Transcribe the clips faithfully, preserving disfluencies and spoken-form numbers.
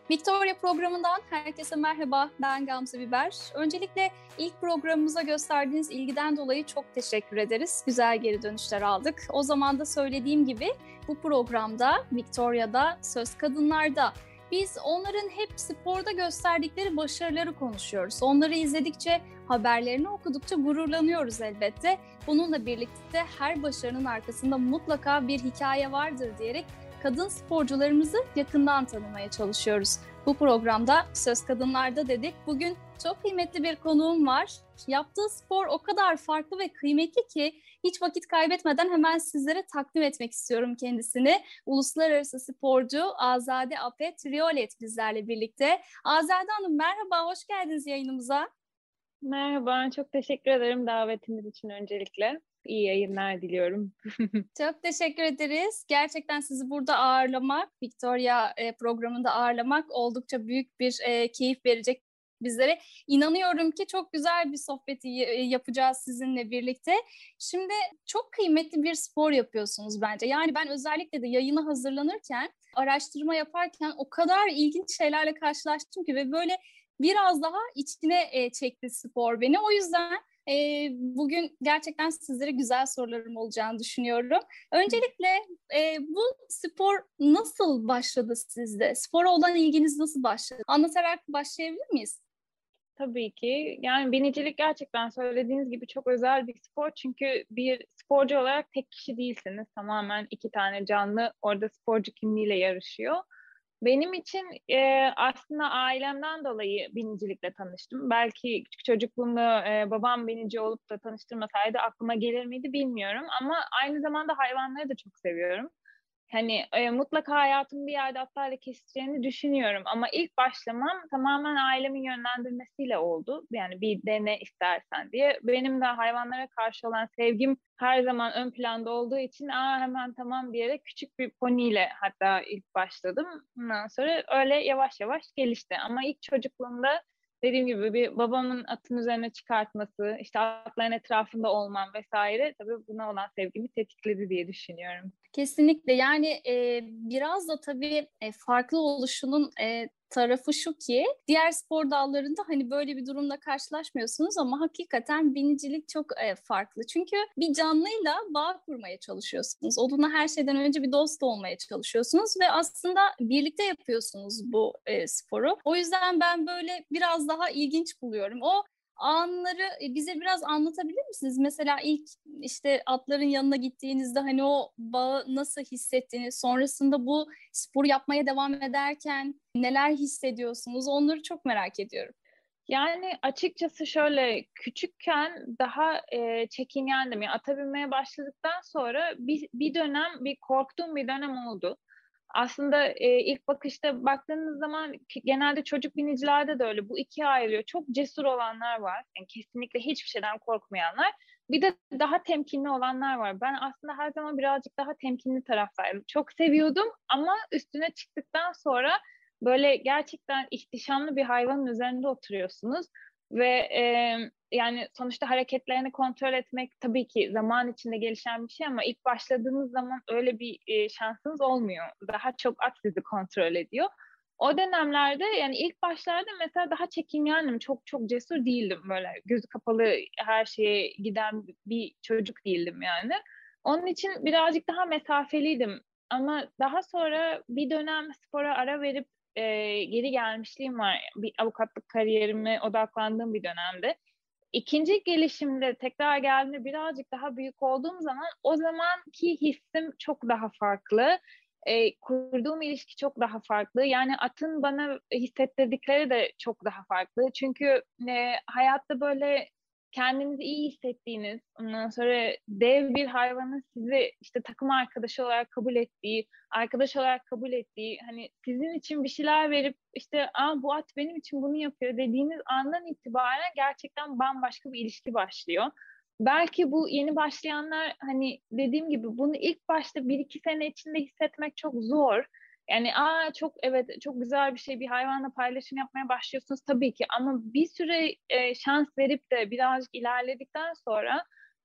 Victoria programından herkese merhaba, ben Gamze Biber. Öncelikle ilk programımıza gösterdiğiniz ilgiden dolayı çok teşekkür ederiz. Güzel geri dönüşler aldık. O zaman da söylediğim gibi bu programda, Victoria'da, Söz Kadınlar'da biz onların hep sporda gösterdikleri başarıları konuşuyoruz. Onları izledikçe, haberlerini okudukça gururlanıyoruz elbette. Bununla birlikte her başarının arkasında mutlaka bir hikaye vardır diyerek kadın sporcularımızı yakından tanımaya çalışıyoruz. Bu programda Söz Kadınlar'da dedik. Bugün çok kıymetli bir konuğum var. Yaptığı spor o kadar farklı ve kıymetli ki hiç vakit kaybetmeden hemen sizlere takdim etmek istiyorum kendisini. Uluslararası sporcu Azade Apet Riolet bizlerle birlikte. Azade Hanım merhaba, hoş geldiniz yayınımıza. Merhaba, çok teşekkür ederim davetiniz için öncelikle. İyi yayınlar diliyorum. Çok teşekkür ederiz. Gerçekten sizi burada ağırlamak, Victoria programında ağırlamak oldukça büyük bir e, keyif verecek bizlere. İnanıyorum ki çok güzel bir sohbeti yapacağız sizinle birlikte. Şimdi çok kıymetli bir spor yapıyorsunuz bence. Yani ben özellikle de yayına hazırlanırken, araştırma yaparken o kadar ilginç şeylerle karşılaştım ki ve böyle biraz daha içine e, çekti spor beni. O yüzden e, bugün gerçekten sizlere güzel sorularım olacağını düşünüyorum. Öncelikle e, bu spor nasıl başladı sizde? Spora olan ilginiz nasıl başladı? Anlatarak başlayabilir miyiz? Tabii ki. Yani binicilik gerçekten söylediğiniz gibi çok özel bir spor. Çünkü bir sporcu olarak tek kişi değilsiniz. Tamamen iki tane canlı orada sporcu kimliğiyle yarışıyor. Benim için e, aslında ailemden dolayı binicilikle tanıştım. Belki küçük çocukluğumda e, babam binici olup da tanıştırmasaydı aklıma gelir miydi bilmiyorum. Ama aynı zamanda hayvanları da çok seviyorum. Hani e, mutlaka hayatım bir yerde atlarla keseceğini düşünüyorum. Ama ilk başlamam tamamen ailemin yönlendirmesiyle oldu. Yani bir dene istersen diye. Benim de hayvanlara karşı olan sevgim her zaman ön planda olduğu için aa hemen tamam diyerek küçük bir poniyle hatta ilk başladım. Ondan sonra öyle yavaş yavaş gelişti. Ama ilk çocukluğumda dediğim gibi bir babamın atın üzerine çıkartması, işte atların etrafında olmam vesaire tabii buna olan sevgimi tetikledi diye düşünüyorum. Kesinlikle yani e, biraz da tabii e, farklı oluşunun e, tarafı şu ki diğer spor dallarında hani böyle bir durumla karşılaşmıyorsunuz ama hakikaten binicilik çok e, farklı. Çünkü bir canlıyla bağ kurmaya çalışıyorsunuz. Onunla her şeyden önce bir dost olmaya çalışıyorsunuz ve aslında birlikte yapıyorsunuz bu e, sporu. O yüzden ben böyle biraz daha ilginç buluyorum. O anları e, bize biraz anlatabilir misiniz? Mesela ilk işte atların yanına gittiğinizde hani o bağı nasıl hissettiğiniz, sonrasında bu spor yapmaya devam ederken neler hissediyorsunuz? Onları çok merak ediyorum. Yani açıkçası şöyle küçükken daha e, çekingendim. Yani ata binmeye başladıktan sonra bir, bir dönem bir korktuğum bir dönem oldu. Aslında e, ilk bakışta baktığınız zaman ki, genelde çocuk binicilerde de öyle. Bu ikiye ayrılıyor. Çok cesur olanlar var. Yani kesinlikle hiçbir şeyden korkmayanlar. Bir de daha temkinli olanlar var. Ben aslında her zaman birazcık daha temkinli taraftaydım. Çok seviyordum ama üstüne çıktıktan sonra böyle gerçekten ihtişamlı bir hayvanın üzerinde oturuyorsunuz ve e, yani sonuçta hareketlerini kontrol etmek tabii ki zaman içinde gelişen bir şey ama ilk başladığınız zaman öyle bir e, şansınız olmuyor. Daha çok at sizi kontrol ediyor. O dönemlerde yani ilk başlarda mesela daha çekingendim. Çok çok cesur değildim böyle gözü kapalı her şeye giden bir çocuk değildim yani. Onun için birazcık daha mesafeliydim. Ama daha sonra bir dönem spora ara verip e, geri gelmişliğim var. Bir avukatlık kariyerime odaklandığım bir dönemde. İkinci gelişimde tekrar geldiğimde birazcık daha büyük olduğum zaman o zamanki hissim çok daha farklı. E, kurduğum ilişki çok daha farklı. Yani atın bana hissettirdikleri de çok daha farklı. Çünkü e, hayatta böyle kendinizi iyi hissettiğiniz, ondan sonra dev bir hayvanın sizi işte takım arkadaşı olarak kabul ettiği, arkadaş olarak kabul ettiği, hani sizin için bir şeyler verip işte aa, bu at benim için bunu yapıyor dediğiniz andan itibaren gerçekten bambaşka bir ilişki başlıyor. Belki bu yeni başlayanlar hani dediğim gibi bunu ilk başta bir iki sene içinde hissetmek çok zor. Yani aa çok evet çok güzel bir şey bir hayvanla paylaşım yapmaya başlıyorsunuz tabii ki ama bir süre e, şans verip de birazcık ilerledikten sonra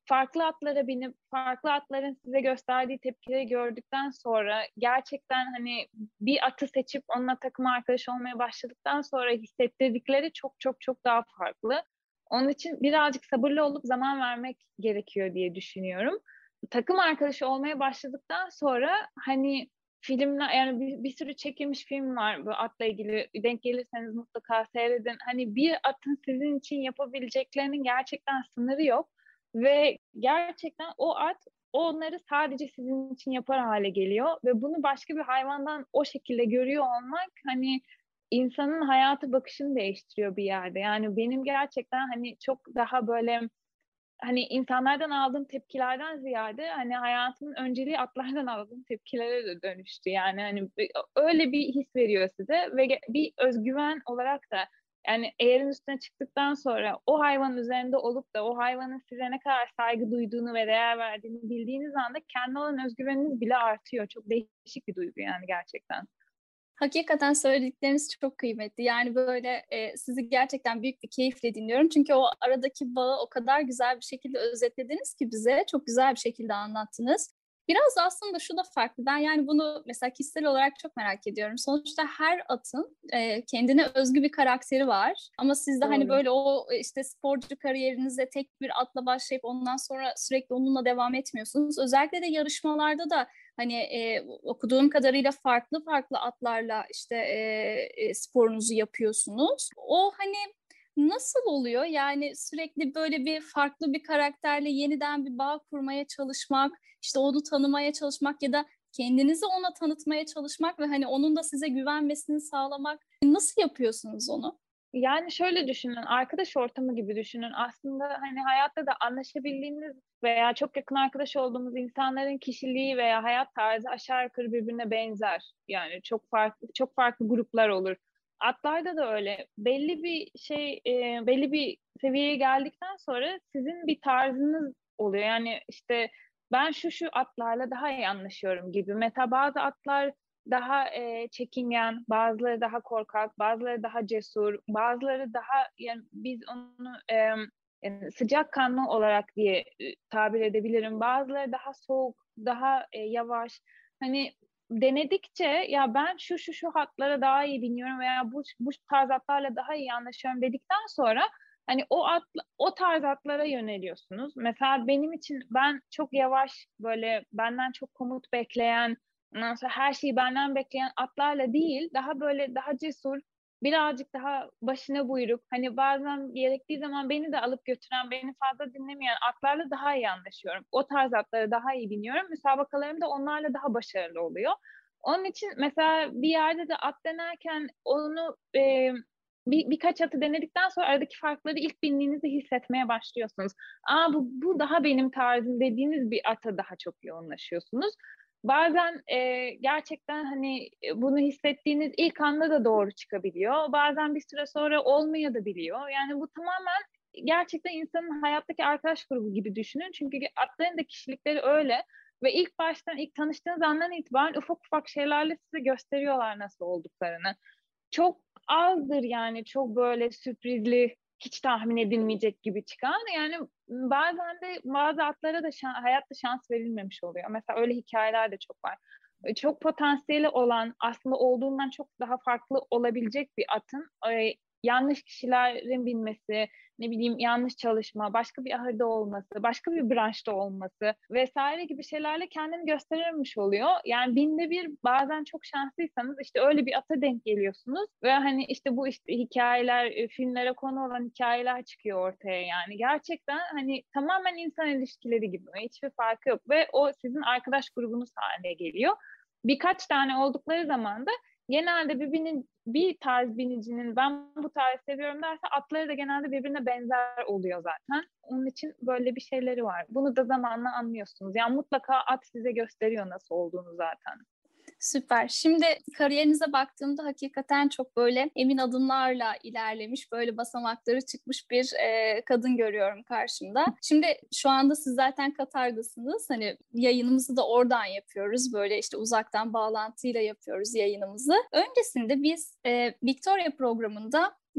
farklı atlara binip farklı atların size gösterdiği tepkileri gördükten sonra gerçekten hani bir atı seçip onunla takım arkadaşı olmaya başladıktan sonra hissettirdikleri çok çok çok daha farklı. Onun için birazcık sabırlı olup zaman vermek gerekiyor diye düşünüyorum. Takım arkadaşı olmaya başladıktan sonra hani filmler, yani bir, bir sürü çekilmiş film var bu atla ilgili, denk gelirseniz mutlaka seyredin. Hani bir atın sizin için yapabileceklerinin gerçekten sınırı yok ve gerçekten o at onları sadece sizin için yapar hale geliyor ve bunu başka bir hayvandan o şekilde görüyor olmak hani insanın hayata bakışını değiştiriyor bir yerde. Yani benim gerçekten hani çok daha böyle hani insanlardan aldığım tepkilerden ziyade hani hayatımın önceliği atlardan aldığım tepkilere de dönüştü. Yani hani öyle bir his veriyor size ve bir özgüven olarak da yani eğerin üstüne çıktıktan sonra o hayvanın üzerinde olup da o hayvanın size ne kadar saygı duyduğunu ve değer verdiğini bildiğiniz anda kendi olan özgüveniniz bile artıyor. Çok değişik bir duygu yani gerçekten. Hakikaten söyledikleriniz çok kıymetli. Yani böyle e, sizi gerçekten büyük bir keyifle dinliyorum. Çünkü o aradaki bağı o kadar güzel bir şekilde özetlediniz ki bize. Çok güzel bir şekilde anlattınız. Biraz aslında şu da farklı. Ben yani bunu mesela kişisel olarak çok merak ediyorum. Sonuçta her atın e, kendine özgü bir karakteri var. Ama siz de Doğru. hani böyle o işte sporcu kariyerinize tek bir atla başlayıp ondan sonra sürekli onunla devam etmiyorsunuz. Özellikle de yarışmalarda da hani e, okuduğum kadarıyla farklı farklı atlarla işte e, e, sporunuzu yapıyorsunuz. O hani nasıl oluyor? Yani sürekli böyle bir farklı bir karakterle yeniden bir bağ kurmaya çalışmak, işte onu tanımaya çalışmak ya da kendinizi ona tanıtmaya çalışmak ve hani onun da size güvenmesini sağlamak. Nasıl yapıyorsunuz onu? Yani şöyle düşünün, arkadaş ortamı gibi düşünün. Aslında hani hayatta da anlaşabildiğiniz veya çok yakın arkadaş olduğumuz insanların kişiliği veya hayat tarzı aşağı yukarı birbirine benzer. Yani çok farklı çok farklı gruplar olur. Atlarda da öyle. Belli bir şey, e, belli bir seviyeye geldikten sonra sizin bir tarzınız oluyor. Yani işte ben şu şu atlarla daha iyi anlaşıyorum gibi. Mesela bazı atlar daha e, çekingen, bazıları daha korkak, bazıları daha cesur, bazıları daha yani biz onu e, yani sıcakkanlı olarak diye e, tabir edebilirim. Bazıları daha soğuk, daha e, yavaş. Hani denedikçe ya ben şu şu şu hatlara daha iyi biniyorum veya bu bu tarz hatlarla daha iyi anlaşıyorum dedikten sonra hani o at, o tarz atlara yöneliyorsunuz. Mesela benim için ben çok yavaş böyle benden çok komut bekleyen ondan sonra her şeyi benden bekleyen atlarla değil, daha böyle daha cesur, birazcık daha başına buyruk, hani bazen gerektiği zaman beni de alıp götüren, beni fazla dinlemeyen atlarla daha iyi anlaşıyorum. O tarz atlara daha iyi biniyorum. Müsabakalarım da onlarla daha başarılı oluyor. Onun için mesela bir yerde de at denerken onu e, bir, birkaç atı denedikten sonra aradaki farkları ilk bindiğinizde hissetmeye başlıyorsunuz. Aa bu, bu daha benim tarzım dediğiniz bir ata daha çok yoğunlaşıyorsunuz. Bazen e, gerçekten hani bunu hissettiğiniz ilk anda da doğru çıkabiliyor. Bazen bir süre sonra olmaya da biliyor. Yani bu tamamen gerçekten insanın hayattaki arkadaş grubu gibi düşünün. Çünkü atların da kişilikleri öyle. Ve ilk baştan, ilk tanıştığınız andan itibaren ufak ufak şeylerle size gösteriyorlar nasıl olduklarını. Çok azdır yani çok böyle sürprizli, hiç tahmin edilmeyecek gibi çıkan. Yani bazen de bazı atlara da şan, hayatta şans verilmemiş oluyor. Mesela öyle hikayeler de çok var. Çok potansiyeli olan, aslında olduğundan çok daha farklı olabilecek bir atın e, yanlış kişilerin binmesi, ne bileyim yanlış çalışma, başka bir ahırda olması, başka bir branşta olması vesaire gibi şeylerle kendini gösterilmiş oluyor. Yani binde bir bazen çok şanslıysanız işte öyle bir ata denk geliyorsunuz ve hani işte bu işte hikayeler, filmlere konu olan hikayeler çıkıyor ortaya yani. Gerçekten hani tamamen insan ilişkileri gibi. Hiçbir farkı yok ve o sizin arkadaş grubunuz haline geliyor. Birkaç tane oldukları zaman da genelde bir, binin, bir tarz binicinin ben bu tarz seviyorum derse atları da genelde birbirine benzer oluyor zaten. Onun için böyle bir şeyleri var. Bunu da zamanla anlıyorsunuz. Yani mutlaka at size gösteriyor nasıl olduğunu zaten. Süper. Şimdi kariyerinize baktığımda hakikaten çok böyle emin adımlarla ilerlemiş, böyle basamakları çıkmış bir e, kadın görüyorum karşımda. Şimdi şu anda siz zaten Katar'dasınız. Hani yayınımızı da oradan yapıyoruz. Böyle işte uzaktan bağlantıyla yapıyoruz yayınımızı. Öncesinde biz e, Victoria programında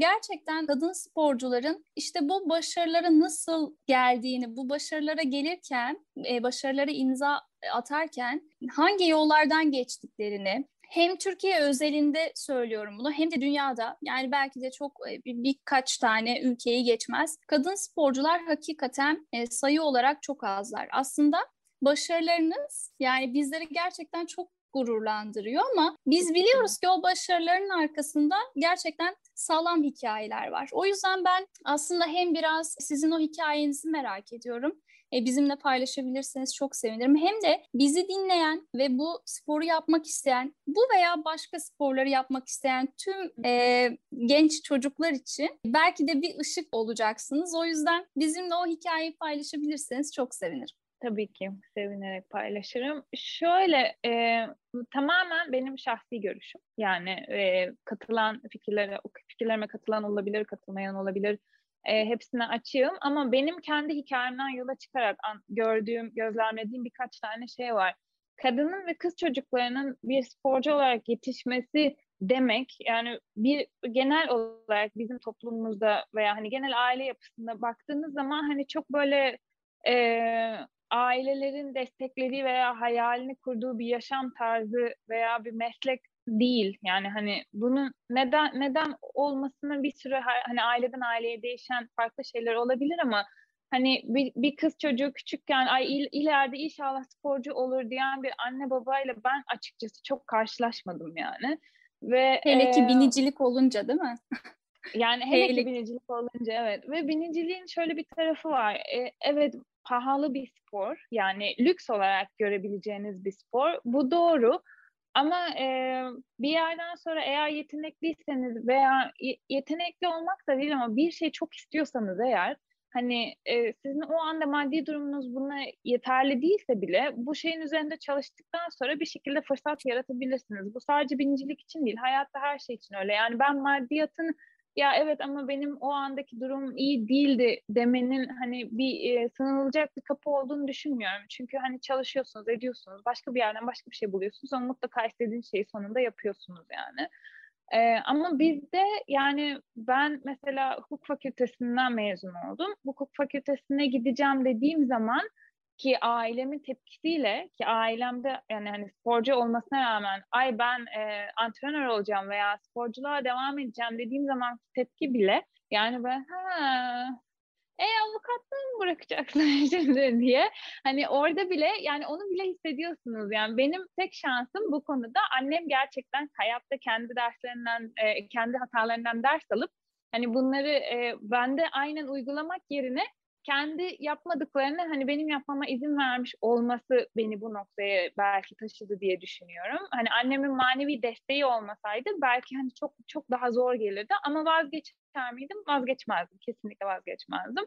gerçekten kadın sporcuların işte bu başarılara nasıl geldiğini, bu başarılara gelirken, e, başarılara imza atarken hangi yollardan geçtiklerini, hem Türkiye özelinde söylüyorum bunu hem de dünyada, yani belki de çok e, bir, birkaç tane ülkeyi geçmez. Kadın sporcular hakikaten e, sayı olarak çok azlar. Aslında başarılarınız yani bizleri gerçekten çok gururlandırıyor ama biz biliyoruz ki o başarıların arkasında gerçekten sağlam hikayeler var. O yüzden ben aslında hem biraz sizin o hikayenizi merak ediyorum. E, bizimle paylaşabilirseniz çok sevinirim. Hem de bizi dinleyen ve bu sporu yapmak isteyen, bu veya başka sporları yapmak isteyen tüm e, genç çocuklar için belki de bir ışık olacaksınız. O yüzden bizimle o hikayeyi paylaşabilirseniz çok sevinirim. Tabii ki sevinerek paylaşırım. Şöyle e, tamamen benim şahsi görüşüm. Yani e, katılan fikirlere, fikirlerime katılan olabilir, katılmayan olabilir. E, hepsine açığım ama benim kendi hikayemden yola çıkarak an, gördüğüm, gözlemlediğim birkaç tane şey var. Kadının ve kız çocuklarının bir sporcu olarak yetişmesi demek, yani bir genel olarak bizim toplumumuzda veya hani genel aile yapısında baktığınız zaman hani çok böyle e, ailelerin desteklediği veya hayalini kurduğu bir yaşam tarzı veya bir meslek değil. Yani hani bunun neden neden olmasının bir sürü hani aileden aileye değişen farklı şeyler olabilir ama hani bir, bir kız çocuğu küçükken ay il, ileride inşallah sporcu olur diyen bir anne babayla ben açıkçası çok karşılaşmadım yani. Ve Hele e, ki binicilik olunca değil mi? yani hele ki binicilik olunca evet. Ve biniciliğin şöyle bir tarafı var. E, evet pahalı bir spor. Yani lüks olarak görebileceğiniz bir spor. Bu doğru. Ama e, bir yerden sonra eğer yetenekliyseniz veya yetenekli olmak da değil ama bir şey çok istiyorsanız eğer hani e, sizin o anda maddi durumunuz buna yeterli değilse bile bu şeyin üzerinde çalıştıktan sonra bir şekilde fırsat yaratabilirsiniz. Bu sadece binicilik için değil, hayatta her şey için öyle. Yani ben maddiyatın ya evet ama benim o andaki durum iyi değildi demenin hani bir e, sınırılacak bir kapı olduğunu düşünmüyorum. Çünkü hani çalışıyorsunuz, ediyorsunuz, başka bir yerden başka bir şey buluyorsunuz ama mutlaka istediğiniz şeyi sonunda yapıyorsunuz yani. Ee, ama bizde yani ben mesela hukuk fakültesinden mezun oldum. Hukuk fakültesine gideceğim dediğim zaman ki ailemin tepkisiyle ki ailemde yani hani sporcu olmasına rağmen ay ben e, antrenör olacağım veya sporculuğa devam edeceğim dediğim zaman tepki bile yani ben ha e avukatlığı mı bırakacaksın şimdi diye. Hani orada bile yani onu bile hissediyorsunuz. Yani benim tek şansım bu konuda annem gerçekten hayatta kendi derslerinden, e, kendi hatalarından ders alıp hani bunları e, bende aynen uygulamak yerine kendi yapmadıklarını hani benim yapmama izin vermiş olması beni bu noktaya belki taşıdı diye düşünüyorum. Hani annemin manevi desteği olmasaydı belki hani çok çok daha zor gelirdi ama vazgeçer miydim? Vazgeçmezdim. Kesinlikle vazgeçmezdim.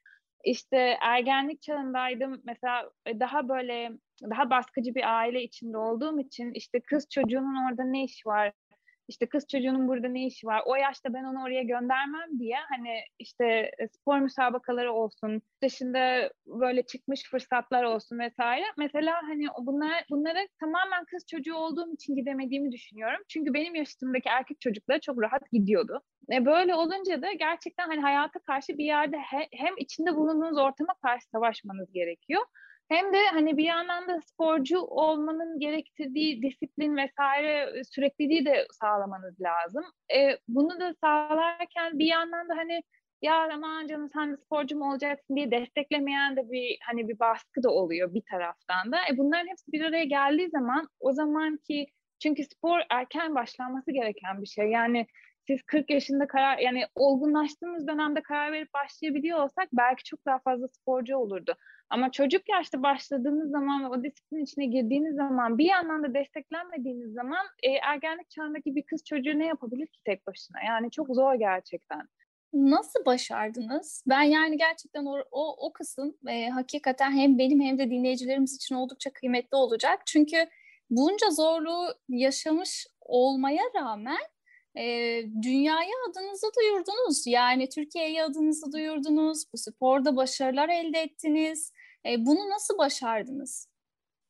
İşte ergenlik çağındaydım. Mesela daha böyle daha baskıcı bir aile içinde olduğum için işte kız çocuğunun orada ne işi var? İşte kız çocuğunun burada ne işi var? O yaşta ben onu oraya göndermem diye hani işte spor müsabakaları olsun, dışında böyle çıkmış fırsatlar olsun vesaire. Mesela hani bunlar bunlara tamamen kız çocuğu olduğum için gidemediğimi düşünüyorum. Çünkü benim yaşımdaki erkek çocukları çok rahat gidiyordu. E böyle olunca da gerçekten hani hayata karşı bir yerde he, hem içinde bulunduğunuz ortama karşı savaşmanız gerekiyor. Hem de hani bir yandan da sporcu olmanın gerektirdiği disiplin vesaire sürekliliği de sağlamanız lazım. E, bunu da sağlarken bir yandan da hani ya aman canım sen de sporcu mu olacaksın diye desteklemeyen de bir hani bir baskı da oluyor bir taraftan da. E, bunların hepsi bir araya geldiği zaman o zaman ki çünkü spor erken başlanması gereken bir şey. Yani siz kırk yaşında karar yani olgunlaştığımız dönemde karar verip başlayabiliyor olsak belki çok daha fazla sporcu olurdu. Ama çocuk yaşta başladığınız zaman ve o disiplin içine girdiğiniz zaman bir yandan da desteklenmediğiniz zaman e, ergenlik çağındaki bir kız çocuğu ne yapabilir ki tek başına? Yani çok zor gerçekten. Nasıl başardınız? Ben yani gerçekten o, o, o kısım e, hakikaten hem benim hem de dinleyicilerimiz için oldukça kıymetli olacak. Çünkü bunca zorluğu yaşamış olmaya rağmen e, dünyaya adınızı duyurdunuz. Yani Türkiye'ye adınızı duyurdunuz. Bu sporda başarılar elde ettiniz. E, bunu nasıl başardınız?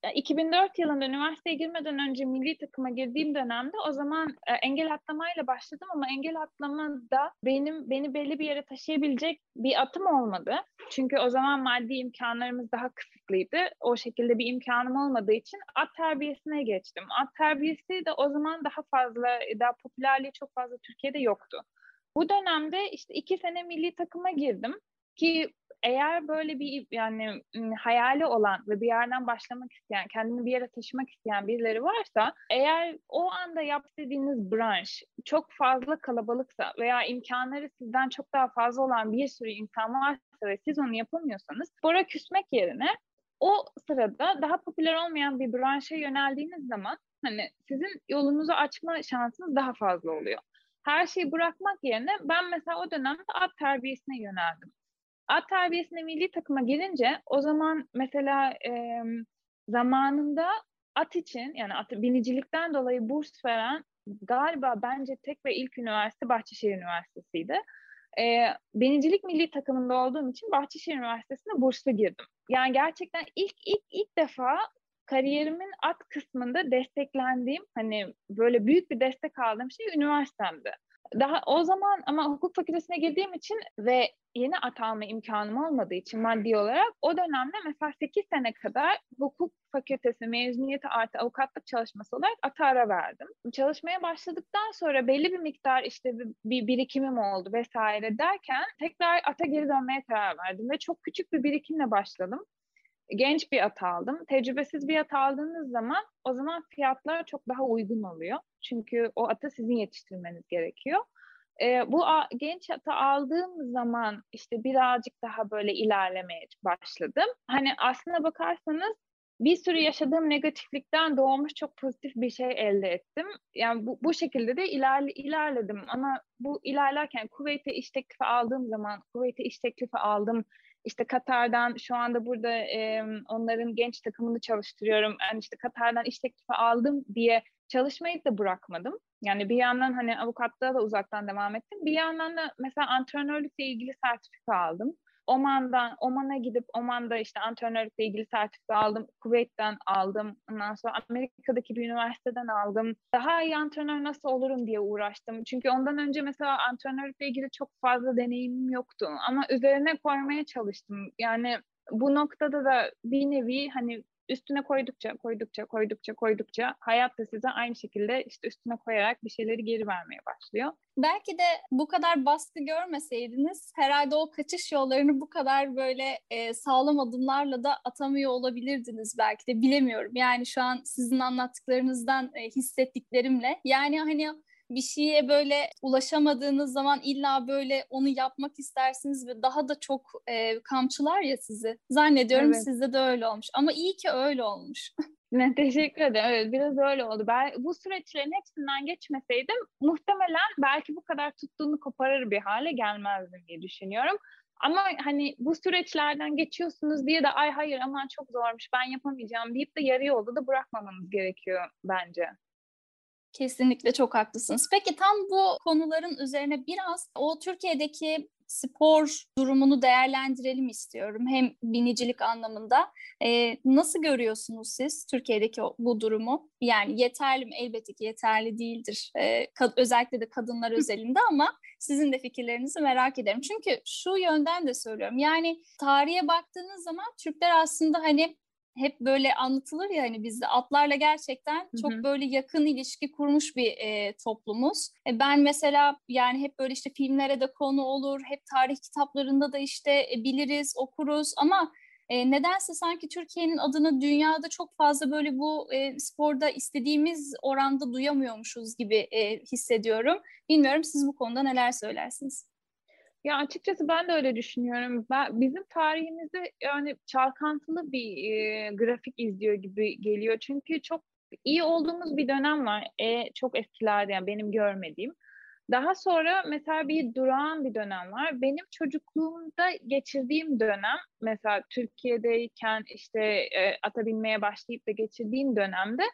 iki bin dört yılında üniversiteye girmeden önce milli takıma girdiğim dönemde o zaman e, engel atlamayla başladım ama engel atlamada benim beni belli bir yere taşıyabilecek bir atım olmadı. Çünkü o zaman maddi imkanlarımız daha kısıtlıydı. O şekilde bir imkanım olmadığı için at terbiyesine geçtim. At terbiyesi de o zaman daha fazla, daha popülerliği çok fazla Türkiye'de yoktu. Bu dönemde işte iki sene milli takıma girdim ki eğer böyle bir yani hayali olan ve bir yerden başlamak isteyen, kendini bir yere taşımak isteyen birileri varsa, eğer o anda yap istediğiniz branş çok fazla kalabalıksa veya imkanları sizden çok daha fazla olan bir sürü insan varsa ve siz onu yapamıyorsanız, spora küsmek yerine o sırada daha popüler olmayan bir branşa yöneldiğiniz zaman hani sizin yolunuzu açma şansınız daha fazla oluyor. Her şeyi bırakmak yerine ben mesela o dönemde at terbiyesine yöneldim. At terbiyesine milli takıma girince o zaman mesela e, zamanında at için yani at, binicilikten dolayı burs veren galiba bence tek ve ilk üniversite Bahçeşehir Üniversitesi'ydi. E, binicilik milli takımında olduğum için Bahçeşehir Üniversitesi'ne burslu girdim. Yani gerçekten ilk ilk ilk defa kariyerimin at kısmında desteklendiğim, hani böyle büyük bir destek aldığım şey üniversitemdi. Daha o zaman ama hukuk fakültesine girdiğim için ve yeni at alma imkanım olmadığı için maddi olarak o dönemde mesela sekiz sene kadar hukuk fakültesi mezuniyeti artı avukatlık çalışması olarak ata ara verdim. Çalışmaya başladıktan sonra belli bir miktar işte bir, bir birikimim oldu vesaire derken tekrar ata geri dönmeye karar verdim ve çok küçük bir birikimle başladım. Genç bir at aldım. Tecrübesiz bir at aldığınız zaman o zaman fiyatlar çok daha uygun oluyor. Çünkü o atı sizin yetiştirmeniz gerekiyor. E, bu a, genç atı aldığım zaman işte birazcık daha böyle ilerlemeye başladım. Hani aslına bakarsanız bir sürü yaşadığım negatiflikten doğmuş çok pozitif bir şey elde ettim. Yani bu, bu şekilde de ilerle, ilerledim. Ama bu ilerlerken Kuveyt'e iş teklifi aldığım zaman, Kuveyt'e iş teklifi aldım. İşte Katar'dan şu anda burada e, onların genç takımını çalıştırıyorum. Yani işte Katar'dan iş teklifi aldım diye çalışmayı da bırakmadım. Yani bir yandan hani avukatlığa da uzaktan devam ettim. Bir yandan da mesela antrenörlükle ilgili sertifika aldım. Oman'dan, Oman'a gidip Oman'da işte antrenörlükle ilgili sertifika aldım. Kuveyt'ten aldım. Ondan sonra Amerika'daki bir üniversiteden aldım. Daha iyi antrenör nasıl olurum diye uğraştım. Çünkü ondan önce mesela antrenörlükle ilgili çok fazla deneyimim yoktu. Ama üzerine koymaya çalıştım. Yani bu noktada da bir nevi hani üstüne koydukça, koydukça, koydukça, koydukça hayat da size aynı şekilde işte üstüne koyarak bir şeyleri geri vermeye başlıyor. Belki de bu kadar baskı görmeseydiniz herhalde o kaçış yollarını bu kadar böyle e, sağlam adımlarla da atamıyor olabilirdiniz belki de, bilemiyorum. Yani şu an sizin anlattıklarınızdan e, hissettiklerimle, yani hani bir şeye böyle ulaşamadığınız zaman illa böyle onu yapmak istersiniz ve daha da çok e, kamçılar ya sizi. Zannediyorum Evet. sizde de öyle olmuş ama iyi ki öyle olmuş. Ne, teşekkür ederim. Evet, biraz öyle oldu. Ben bu süreçlerin hepsinden geçmeseydim muhtemelen belki bu kadar tuttuğunu koparır bir hale gelmezdim diye düşünüyorum. Ama hani bu süreçlerden geçiyorsunuz diye de ay hayır aman çok zormuş ben yapamayacağım deyip de yarı yolda da bırakmamanız gerekiyor bence. Kesinlikle çok haklısınız. Peki tam bu konuların üzerine biraz o Türkiye'deki spor durumunu değerlendirelim istiyorum. Hem binicilik anlamında. Ee, nasıl görüyorsunuz siz Türkiye'deki o, bu durumu? Yani yeterli mi? Elbette ki yeterli değildir. Ee, ka- özellikle de kadınlar özelinde ama sizin de fikirlerinizi merak ederim. Çünkü şu yönden de söylüyorum. Yani tarihe baktığınız zaman Türkler aslında hani hep böyle anlatılır ya hani bizde atlarla gerçekten Hı çok hı. böyle yakın ilişki kurmuş bir e, toplumuz. E, ben mesela yani hep böyle işte filmlere de konu olur, hep tarih kitaplarında da işte e, biliriz, okuruz ama e, nedense sanki Türkiye'nin adını dünyada çok fazla böyle bu e, sporda istediğimiz oranda duyamıyormuşuz gibi e, hissediyorum. Bilmiyorum, siz bu konuda neler söylersiniz? Ya açıkçası ben de öyle düşünüyorum. Ben, bizim tarihimizde yani çalkantılı bir e, grafik izliyor gibi geliyor. Çünkü çok iyi olduğumuz bir dönem var. E, çok eskilerde yani benim görmediğim. Daha sonra mesela bir durağan bir dönem var. Benim çocukluğumda geçirdiğim dönem mesela Türkiye'deyken işte e, ata binmeye başlayıp da geçirdiğim dönemde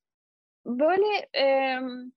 böyle e,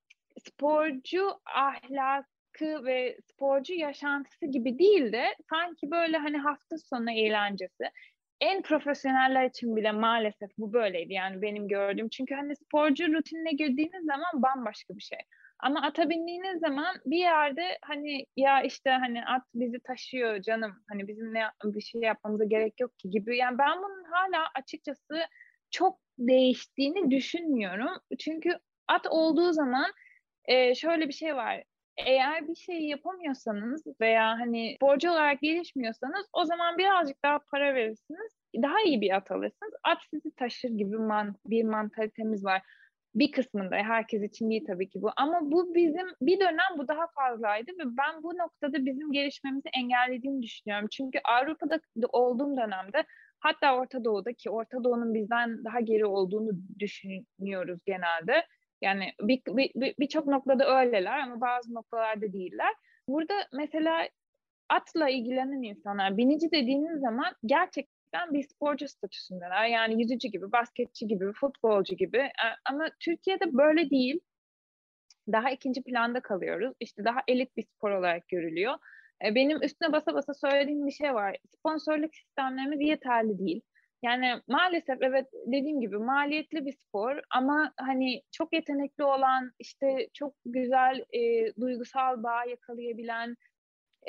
sporcu ahlakı ve sporcu yaşantısı gibi değil de sanki böyle hani hafta sonu eğlencesi. en profesyoneller için bile maalesef bu böyleydi yani benim gördüğüm. Çünkü hani sporcu rutinine girdiğiniz zaman bambaşka bir şey. Ama ata bindiğiniz zaman bir yerde hani ya işte hani at bizi taşıyor canım. Hani bizim ne bir şey yapmamıza gerek yok ki gibi. Yani ben bunun hala açıkçası çok değiştiğini düşünmüyorum. Çünkü at olduğu zaman e, şöyle bir şey var. Eğer bir şey yapamıyorsanız veya hani sporcu olarak gelişmiyorsanız o zaman birazcık daha para verirsiniz. Daha iyi bir at alırsınız. At sizi taşır gibi man bir mantalitemiz var. Bir kısmında, herkes için değil tabii ki bu. Ama bu bizim bir dönem bu daha fazlaydı ve ben bu noktada bizim gelişmemizi engellediğini düşünüyorum. Çünkü Avrupa'da olduğum dönemde, hatta Orta Doğu'da, ki Orta Doğu'nun bizden daha geri olduğunu düşünüyoruz genelde. Yani birçok bir, bir, birçok noktada öyleler ama bazı noktalarda değiller. Burada mesela atla ilgilenen insanlar, binici dediğiniz zaman gerçekten bir sporcu statüsündeler. Yani yüzücü gibi, basketçi gibi, futbolcu gibi. E, Ama Türkiye'de böyle değil. Daha ikinci planda kalıyoruz. İşte daha elit bir spor olarak görülüyor. E, Benim üstüne basa basa söylediğim bir şey var. Sponsorluk sistemlerimiz yeterli değil. Yani maalesef evet, dediğim gibi maliyetli bir spor ama hani çok yetenekli olan, işte çok güzel e, duygusal bağ yakalayabilen, e,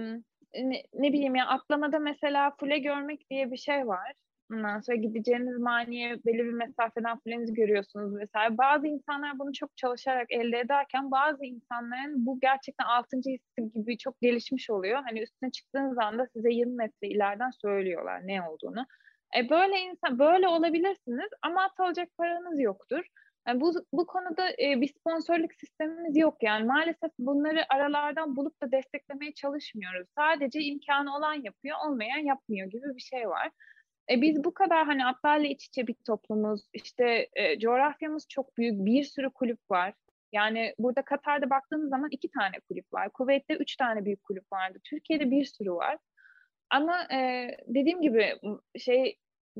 ne, ne bileyim ya, atlamada mesela fule görmek diye bir şey var. Ondan sonra gideceğiniz maniye belli bir mesafeden fulenizi görüyorsunuz vesaire. Bazı insanlar bunu çok çalışarak elde ederken bazı insanların bu gerçekten altıncı hissi gibi çok gelişmiş oluyor. Hani üstüne çıktığınız anda size yirmi metre ileriden söylüyorlar ne olduğunu. E böyle insan böyle olabilirsiniz ama at alacak paranız yoktur. Yani bu, bu konuda e, bir sponsorluk sistemimiz yok yani. Maalesef bunları aralardan bulup da desteklemeye çalışmıyoruz. Sadece imkanı olan yapıyor, olmayan yapmıyor gibi bir şey var. E, biz bu kadar hani atlarla iç içe bir toplumuz. İşte e, coğrafyamız çok büyük, bir sürü kulüp var. Yani burada Katar'da baktığımız zaman iki tane kulüp var. Kuveyt'te üç tane büyük kulüp vardı. Türkiye'de bir sürü var. Ama e, dediğim gibi şey,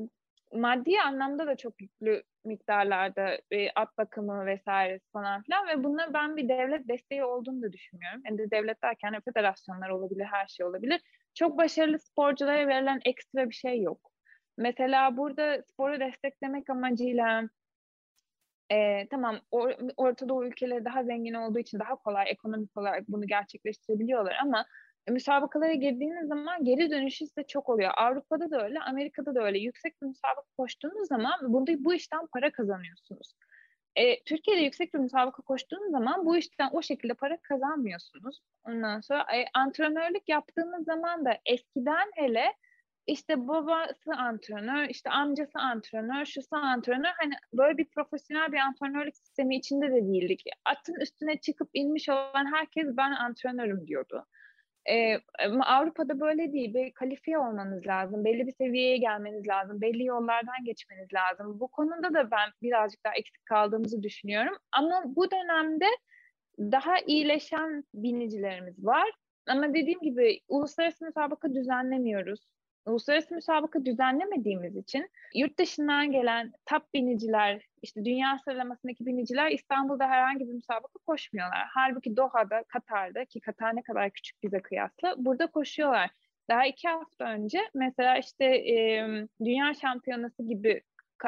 maddi anlamda da çok yüklü miktarlarda e, at bakımı vesaire falan filan ve bunlar ben bir devlet desteği olduğunu da düşünmüyorum. Yani de devlet derken de federasyonlar olabilir, her şey olabilir. Çok başarılı sporculara verilen ekstra bir şey yok. Mesela burada sporu desteklemek amacıyla e, tamam, Or Orta Doğu ülkeleri daha zengin olduğu için daha kolay ekonomik olarak bunu gerçekleştirebiliyorlar ama e, müsabakalara girdiğiniz zaman geri dönüşü size çok oluyor. Avrupa'da da öyle, Amerika'da da öyle. Yüksek bir müsabaka koştuğunuz zaman bunu, bu işten para kazanıyorsunuz. E, Türkiye'de yüksek bir müsabaka koştuğunuz zaman bu işten o şekilde para kazanmıyorsunuz. Ondan sonra e, antrenörlük yaptığınız zaman da eskiden hele işte babası antrenör, işte amcası antrenör, şusu antrenör. Hani böyle bir profesyonel bir antrenörlük sistemi içinde de değildik. Atın üstüne çıkıp inmiş olan herkes ben antrenörüm diyordu. Ee, ama Avrupa'da böyle değil. Bir kalifiye olmanız lazım. Belli bir seviyeye gelmeniz lazım. Belli yollardan geçmeniz lazım. Bu konuda da ben birazcık daha eksik kaldığımızı düşünüyorum. Ama bu dönemde daha iyileşen binicilerimiz var. Ama dediğim gibi uluslararası müsabaka düzenlemiyoruz. Uluslararası müsabaka düzenlemediğimiz için yurt dışından gelen top biniciler, işte dünya sıralamasındaki biniciler İstanbul'da herhangi bir müsabaka koşmuyorlar. Halbuki Doha'da, Katar'da, ki Katar ne kadar küçük bize kıyasla, burada koşuyorlar. Daha iki hafta önce mesela işte e, dünya şampiyonası gibi,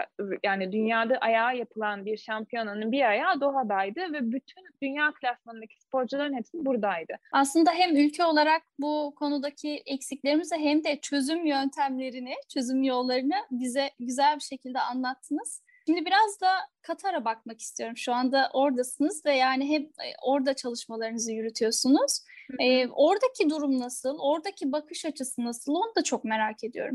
yani dünyada ayağa yapılan bir şampiyonanın bir ayağı Doha'daydı ve bütün dünya klasmanındaki sporcuların hepsi buradaydı. Aslında hem ülke olarak bu konudaki eksiklerimizi hem de çözüm yöntemlerini, çözüm yollarını bize güzel bir şekilde anlattınız. Şimdi biraz da Katar'a bakmak istiyorum. Şu anda oradasınız ve yani hep orada çalışmalarınızı yürütüyorsunuz. Hı hı. Ee, oradaki durum nasıl? Oradaki bakış açısı nasıl? Onu da çok merak ediyorum.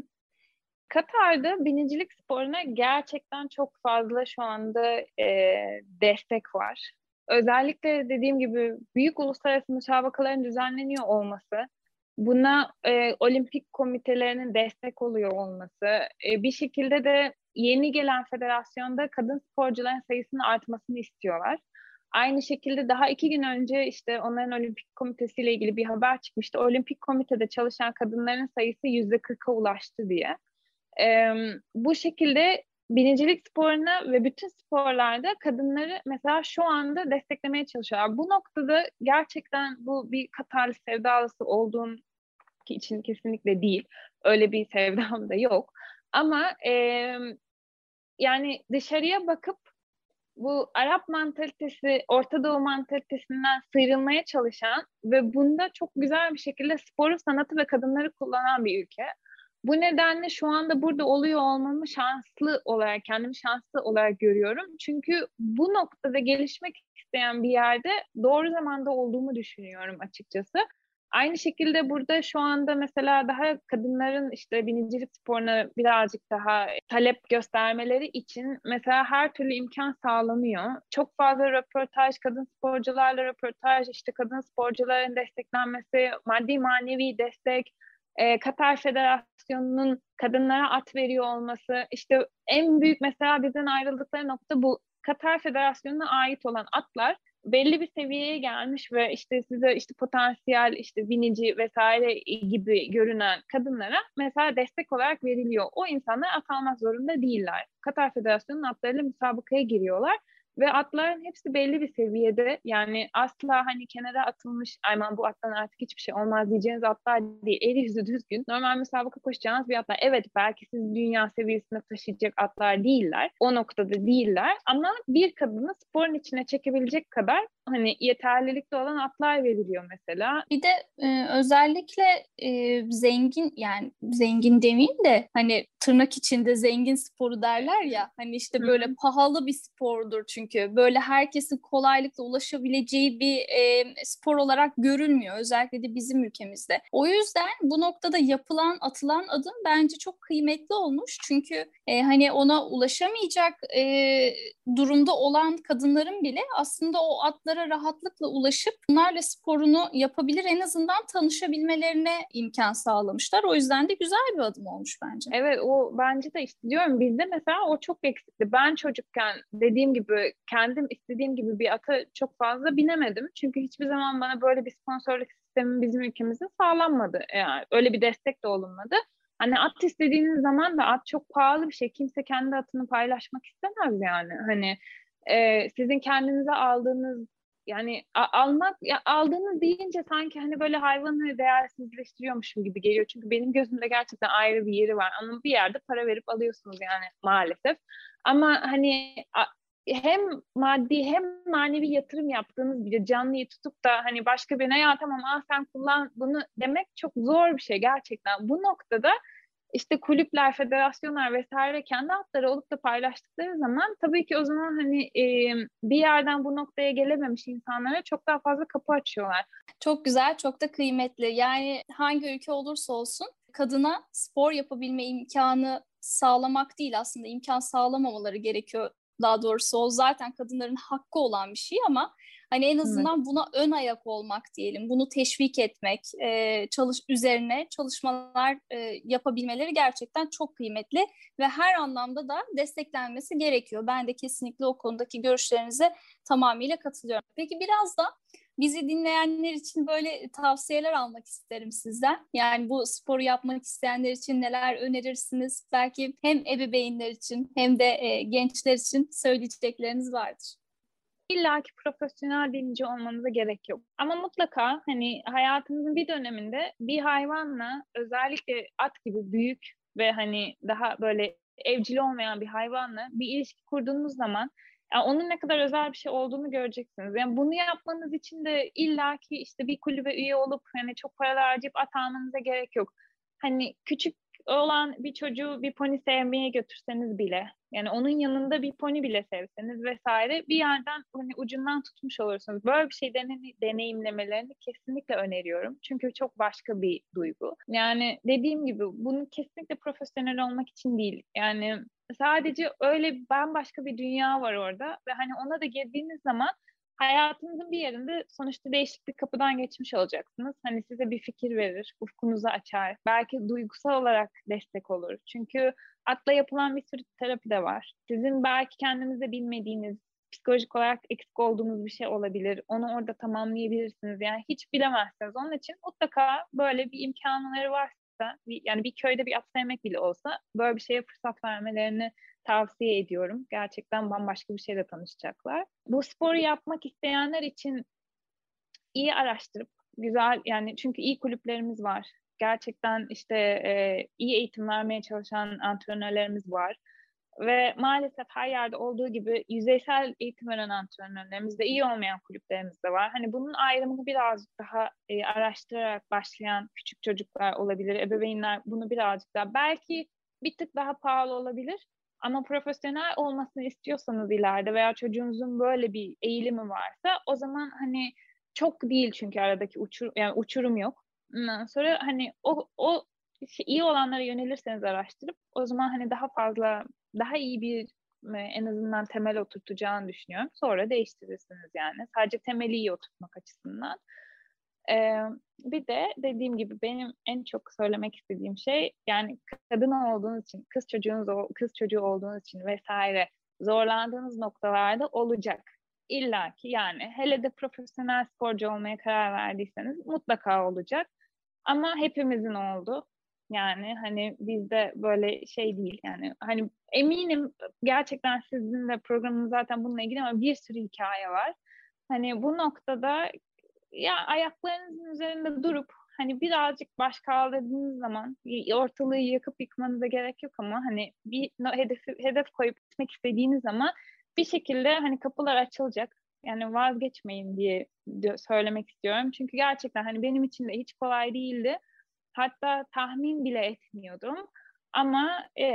Katar'da binicilik sporuna gerçekten çok fazla şu anda e, destek var. Özellikle dediğim gibi büyük uluslararası müsabakaların düzenleniyor olması, buna e, olimpik komitelerinin destek oluyor olması, e, bir şekilde de yeni gelen federasyonda kadın sporcuların sayısının artmasını istiyorlar. Aynı şekilde daha iki gün önce işte onların olimpik komitesiyle ilgili bir haber çıkmıştı. Olimpik komitede çalışan kadınların sayısı yüzde kırka ulaştı diye. Ee, bu şekilde binicilik sporuna ve bütün sporlarda kadınları mesela şu anda desteklemeye çalışıyorlar. Bu noktada gerçekten bu bir Katarlı sevdalısı olduğum ki için kesinlikle değil. Öyle bir sevdam da yok. Ama e, yani dışarıya bakıp bu Arap mantalitesi, Orta Doğu mantalitesinden sıyrılmaya çalışan ve bunda çok güzel bir şekilde sporu, sanatı ve kadınları kullanan bir ülke. Bu nedenle şu anda burada oluyor olmamı şanslı olarak, kendimi şanslı olarak görüyorum. Çünkü bu noktada gelişmek isteyen bir yerde doğru zamanda olduğumu düşünüyorum açıkçası. Aynı şekilde burada şu anda mesela daha kadınların işte binicilik sporuna birazcık daha talep göstermeleri için mesela her türlü imkan sağlanıyor. Çok fazla röportaj, kadın sporcularla röportaj, işte kadın sporcuların desteklenmesi, maddi manevi destek, e, Katar Federasyonu'nun kadınlara at veriyor olması, işte en büyük mesela bizden ayrıldıkları nokta bu. Katar Federasyonu'na ait olan atlar belli bir seviyeye gelmiş ve işte size işte potansiyel işte binici vesaire gibi görünen kadınlara mesela destek olarak veriliyor. O insanlar at almak zorunda değiller. Katar Federasyonu'nun atlarıyla müsabakaya giriyorlar ve atların hepsi belli bir seviyede, yani asla hani kenara atılmış ayman bu attan artık hiçbir şey olmaz diyeceğiniz atlar değil. Eli yüzü düzgün normal müsabaka koşacağınız bir atlar. Evet, belki siz dünya seviyesine taşıyacak atlar değiller. O noktada değiller ama bir kadını sporun içine çekebilecek kadar hani yeterlilikte olan atlar veriliyor mesela. Bir de e, özellikle e, zengin, yani zengin demeyeyim de hani tırnak içinde zengin sporu derler ya, hani işte böyle Hı-hı. pahalı bir spordur çünkü böyle herkesin kolaylıkla ulaşabileceği bir e, spor olarak görülmüyor, özellikle de bizim ülkemizde. O yüzden bu noktada yapılan, atılan adım bence çok kıymetli olmuş çünkü e, hani ona ulaşamayacak e, durumda olan kadınların bile aslında o atlara rahatlıkla ulaşıp bunlarla sporunu yapabilir, en azından tanışabilmelerine imkan sağlamışlar. O yüzden de güzel bir adım olmuş bence. Evet, o bence de işte diyorum bizde mesela o çok eksikti. Ben çocukken dediğim gibi kendim istediğim gibi bir ata çok fazla binemedim. Çünkü hiçbir zaman bana böyle bir sponsorluk sistemi bizim ülkemizde sağlanmadı. Yani öyle bir destek de olunmadı. Hani at istediğiniz zaman da at çok pahalı bir şey. Kimse kendi atını paylaşmak istemez yani. Hani e, sizin kendinize aldığınız, yani a- almak ya aldığınız deyince sanki hani böyle hayvanı değersizleştiriyormuşum gibi geliyor. Çünkü benim gözümde gerçekten ayrı bir yeri var. Ama bir yerde para verip alıyorsunuz yani maalesef. Ama hani a- hem maddi hem manevi yatırım yaptığınız bir canlıyı tutup da hani başka birine ya tamam al sen kullan bunu demek çok zor bir şey gerçekten. Bu noktada işte kulüpler, federasyonlar vesaire kendi hatları olup da paylaştıkları zaman tabii ki o zaman hani e, bir yerden bu noktaya gelememiş insanlara çok daha fazla kapı açıyorlar. Çok güzel, çok da kıymetli. Yani hangi ülke olursa olsun kadına spor yapabilme imkanı sağlamak değil, aslında imkan sağlamamaları gerekiyor. Daha doğrusu o zaten kadınların hakkı olan bir şey ama hani en Evet. azından buna ön ayak olmak diyelim, bunu teşvik etmek, e, çalış üzerine çalışmalar e, yapabilmeleri gerçekten çok kıymetli ve her anlamda da desteklenmesi gerekiyor. Ben de kesinlikle o konudaki görüşlerinize tamamıyla katılıyorum. Peki biraz da bizi dinleyenler için böyle tavsiyeler almak isterim sizden. Yani bu sporu yapmak isteyenler için neler önerirsiniz? Belki hem ebeveynler için hem de e, gençler için söyleyecekleriniz vardır. İlla ki profesyonel bilinci olmanıza gerek yok. Ama mutlaka hani hayatınızın bir döneminde bir hayvanla, özellikle at gibi büyük ve hani daha böyle evcil olmayan bir hayvanla bir ilişki kurduğunuz zaman yani onun ne kadar özel bir şey olduğunu göreceksiniz. Yani bunu yapmanız için de illaki işte bir kulübe üye olup hani çok paralar harcayıp at almanıza gerek yok. Hani küçük olan bir çocuğu bir pony sevmeye götürseniz bile, yani onun yanında bir pony bile sevseniz vesaire bir yerden hani ucundan tutmuş olursunuz. Böyle bir şey dene- deneyimlemelerini kesinlikle öneriyorum. Çünkü çok başka bir duygu. Yani dediğim gibi bunu kesinlikle profesyonel olmak için değil. Yani sadece öyle bambaşka bir dünya var orada ve hani ona da girdiğiniz zaman hayatınızın bir yerinde sonuçta değişik bir kapıdan geçmiş olacaksınız. Hani size bir fikir verir, ufkunuzu açar. Belki duygusal olarak destek olur. Çünkü atla yapılan bir sürü terapi de var. Sizin belki kendinizde bilmediğiniz, psikolojik olarak eksik olduğunuz bir şey olabilir. Onu orada tamamlayabilirsiniz. Yani hiç bilemezsiniz. Onun için mutlaka böyle bir imkanları varsa, yani bir köyde bir at sevmek bile olsa böyle bir şeye fırsat vermelerini tavsiye ediyorum. Gerçekten bambaşka bir şeyle tanışacaklar. Bu sporu yapmak isteyenler için iyi araştırıp güzel, yani çünkü iyi kulüplerimiz var. gerçekten işte e, iyi eğitim vermeye çalışan antrenörlerimiz var. Ve maalesef her yerde olduğu gibi yüzeysel eğitim veren antrenörlerimiz de iyi olmayan kulüplerimiz de var. Hani bunun ayrımını birazcık daha e, araştırarak başlayan küçük çocuklar olabilir. Ebeveynler bunu birazcık daha, belki bir tık daha pahalı olabilir. Ama profesyonel olmasını istiyorsanız ileride veya çocuğunuzun böyle bir eğilimi varsa, o zaman hani çok değil, çünkü aradaki uçurum, yani uçurum yok. Ondan sonra hani o, o iyi olanlara yönelirseniz araştırıp, o zaman hani daha fazla, daha iyi bir en azından temel oturtacağını düşünüyorum. Sonra değiştirirsiniz yani. Sadece temeli iyi oturtmak açısından. Ee, bir de dediğim gibi benim en çok söylemek istediğim şey, yani kadın olduğunuz için, kız çocuğunuz, kız çocuğu olduğunuz için vesaire zorlandığınız noktalarda olacak. İlla ki, yani hele de profesyonel sporcu olmaya karar verdiyseniz mutlaka olacak. Ama hepimizin oldu. Yani hani bizde böyle şey değil, yani hani eminim gerçekten sizin de programınız zaten bununla ilgili, ama bir sürü hikaye var. Hani bu noktada ya ayaklarınızın üzerinde durup hani birazcık baş kaldırdığınız zaman, ortalığı yakıp yıkmanıza gerek yok, ama hani bir hedef, hedef koyup gitmek istediğiniz zaman bir şekilde hani kapılar açılacak. Yani vazgeçmeyin diye söylemek istiyorum. Çünkü gerçekten hani benim için de hiç kolay değildi. Hatta tahmin bile etmiyordum. Ama e,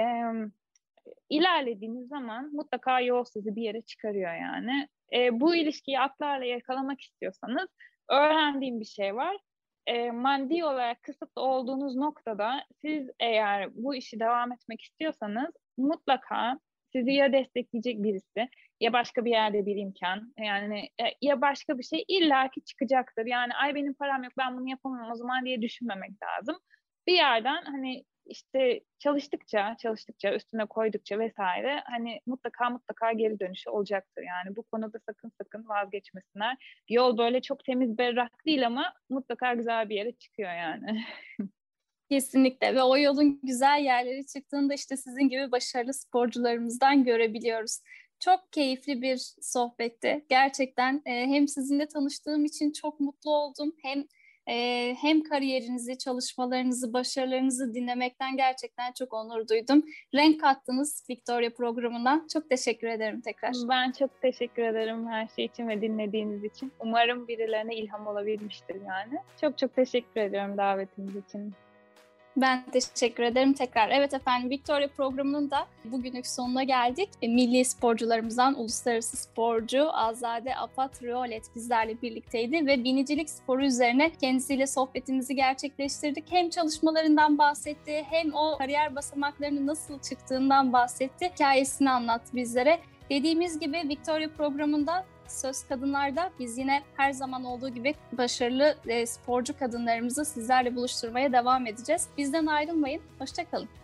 ilerlediğiniz zaman mutlaka yol sizi bir yere çıkarıyor yani. E, bu ilişkiyi atlarla yakalamak istiyorsanız, öğrendiğim bir şey var. E, maddi olarak kısıtlı olduğunuz noktada siz eğer bu işi devam etmek istiyorsanız, mutlaka sizi ya destekleyecek birisi, ya başka bir yerde bir imkan, yani e, ya başka bir şey illaki çıkacaktır. Yani ay benim param yok, ben bunu yapamam o zaman diye düşünmemek lazım. Bir yerden hani işte çalıştıkça, çalıştıkça, üstüne koydukça vesaire, hani mutlaka mutlaka geri dönüşü olacaktır. Yani bu konuda sakın sakın vazgeçmesinler. Yol böyle çok temiz berrak değil, ama mutlaka güzel bir yere çıkıyor yani. Kesinlikle, ve o yolun güzel yerlere çıktığını da işte sizin gibi başarılı sporcularımızdan görebiliyoruz. Çok keyifli bir sohbetti. Gerçekten e, hem sizinle tanıştığım için çok mutlu oldum. Hem e, hem kariyerinizi, çalışmalarınızı, başarılarınızı dinlemekten gerçekten çok onur duydum. Renk kattınız Victoria programına. Çok teşekkür ederim tekrar. Ben çok teşekkür ederim her şey için ve dinlediğiniz için. Umarım birilerine ilham olabilmiştir yani. Çok çok teşekkür ediyorum davetiniz için. Ben teşekkür ederim tekrar. Evet efendim, Victoria programının da bugünlük sonuna geldik. Milli sporcularımızdan uluslararası sporcu Azade Afat Riolet bizlerle birlikteydi ve binicilik sporu üzerine kendisiyle sohbetimizi gerçekleştirdik. Hem çalışmalarından bahsetti, hem o kariyer basamaklarının nasıl çıktığından bahsetti. Hikayesini anlattı bizlere. Dediğimiz gibi Victoria programında Söz Kadınlar'da biz yine her zaman olduğu gibi başarılı e, sporcu kadınlarımızı sizlerle buluşturmaya devam edeceğiz. Bizden ayrılmayın. Hoşça kalın.